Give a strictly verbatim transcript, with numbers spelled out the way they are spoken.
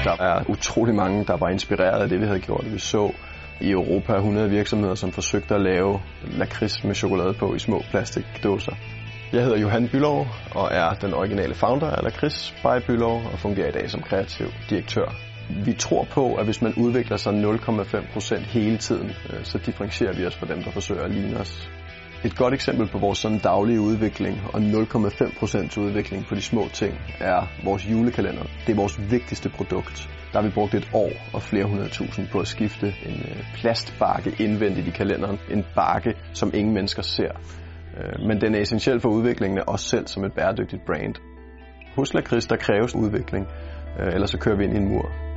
Der er utrolig mange, der var inspireret af det, vi havde gjort. Vi så i Europa hundrede virksomheder, som forsøgte at lave lakrids med chokolade på i små plastikdåser. Jeg hedder Johan Bülow og er den originale founder af Lakrids by Bülow og fungerer i dag som kreativ direktør. Vi tror på, at hvis man udvikler sig nul komma fem procent hele tiden, så differentierer vi os fra dem, der forsøger at ligne os. Et godt eksempel på vores sådan daglige udvikling og nul komma fem procent udvikling på de små ting er vores julekalender. Det er vores vigtigste produkt. Der har vi brugt et år og flere hundrede tusind på at skifte en plastbakke indvendigt i kalenderen. En bakke, som ingen mennesker ser. Men den er essentiel for udviklingen af os selv som et bæredygtigt brand. Hos Lakrids der kræves udvikling, ellers så kører vi ind i en mur.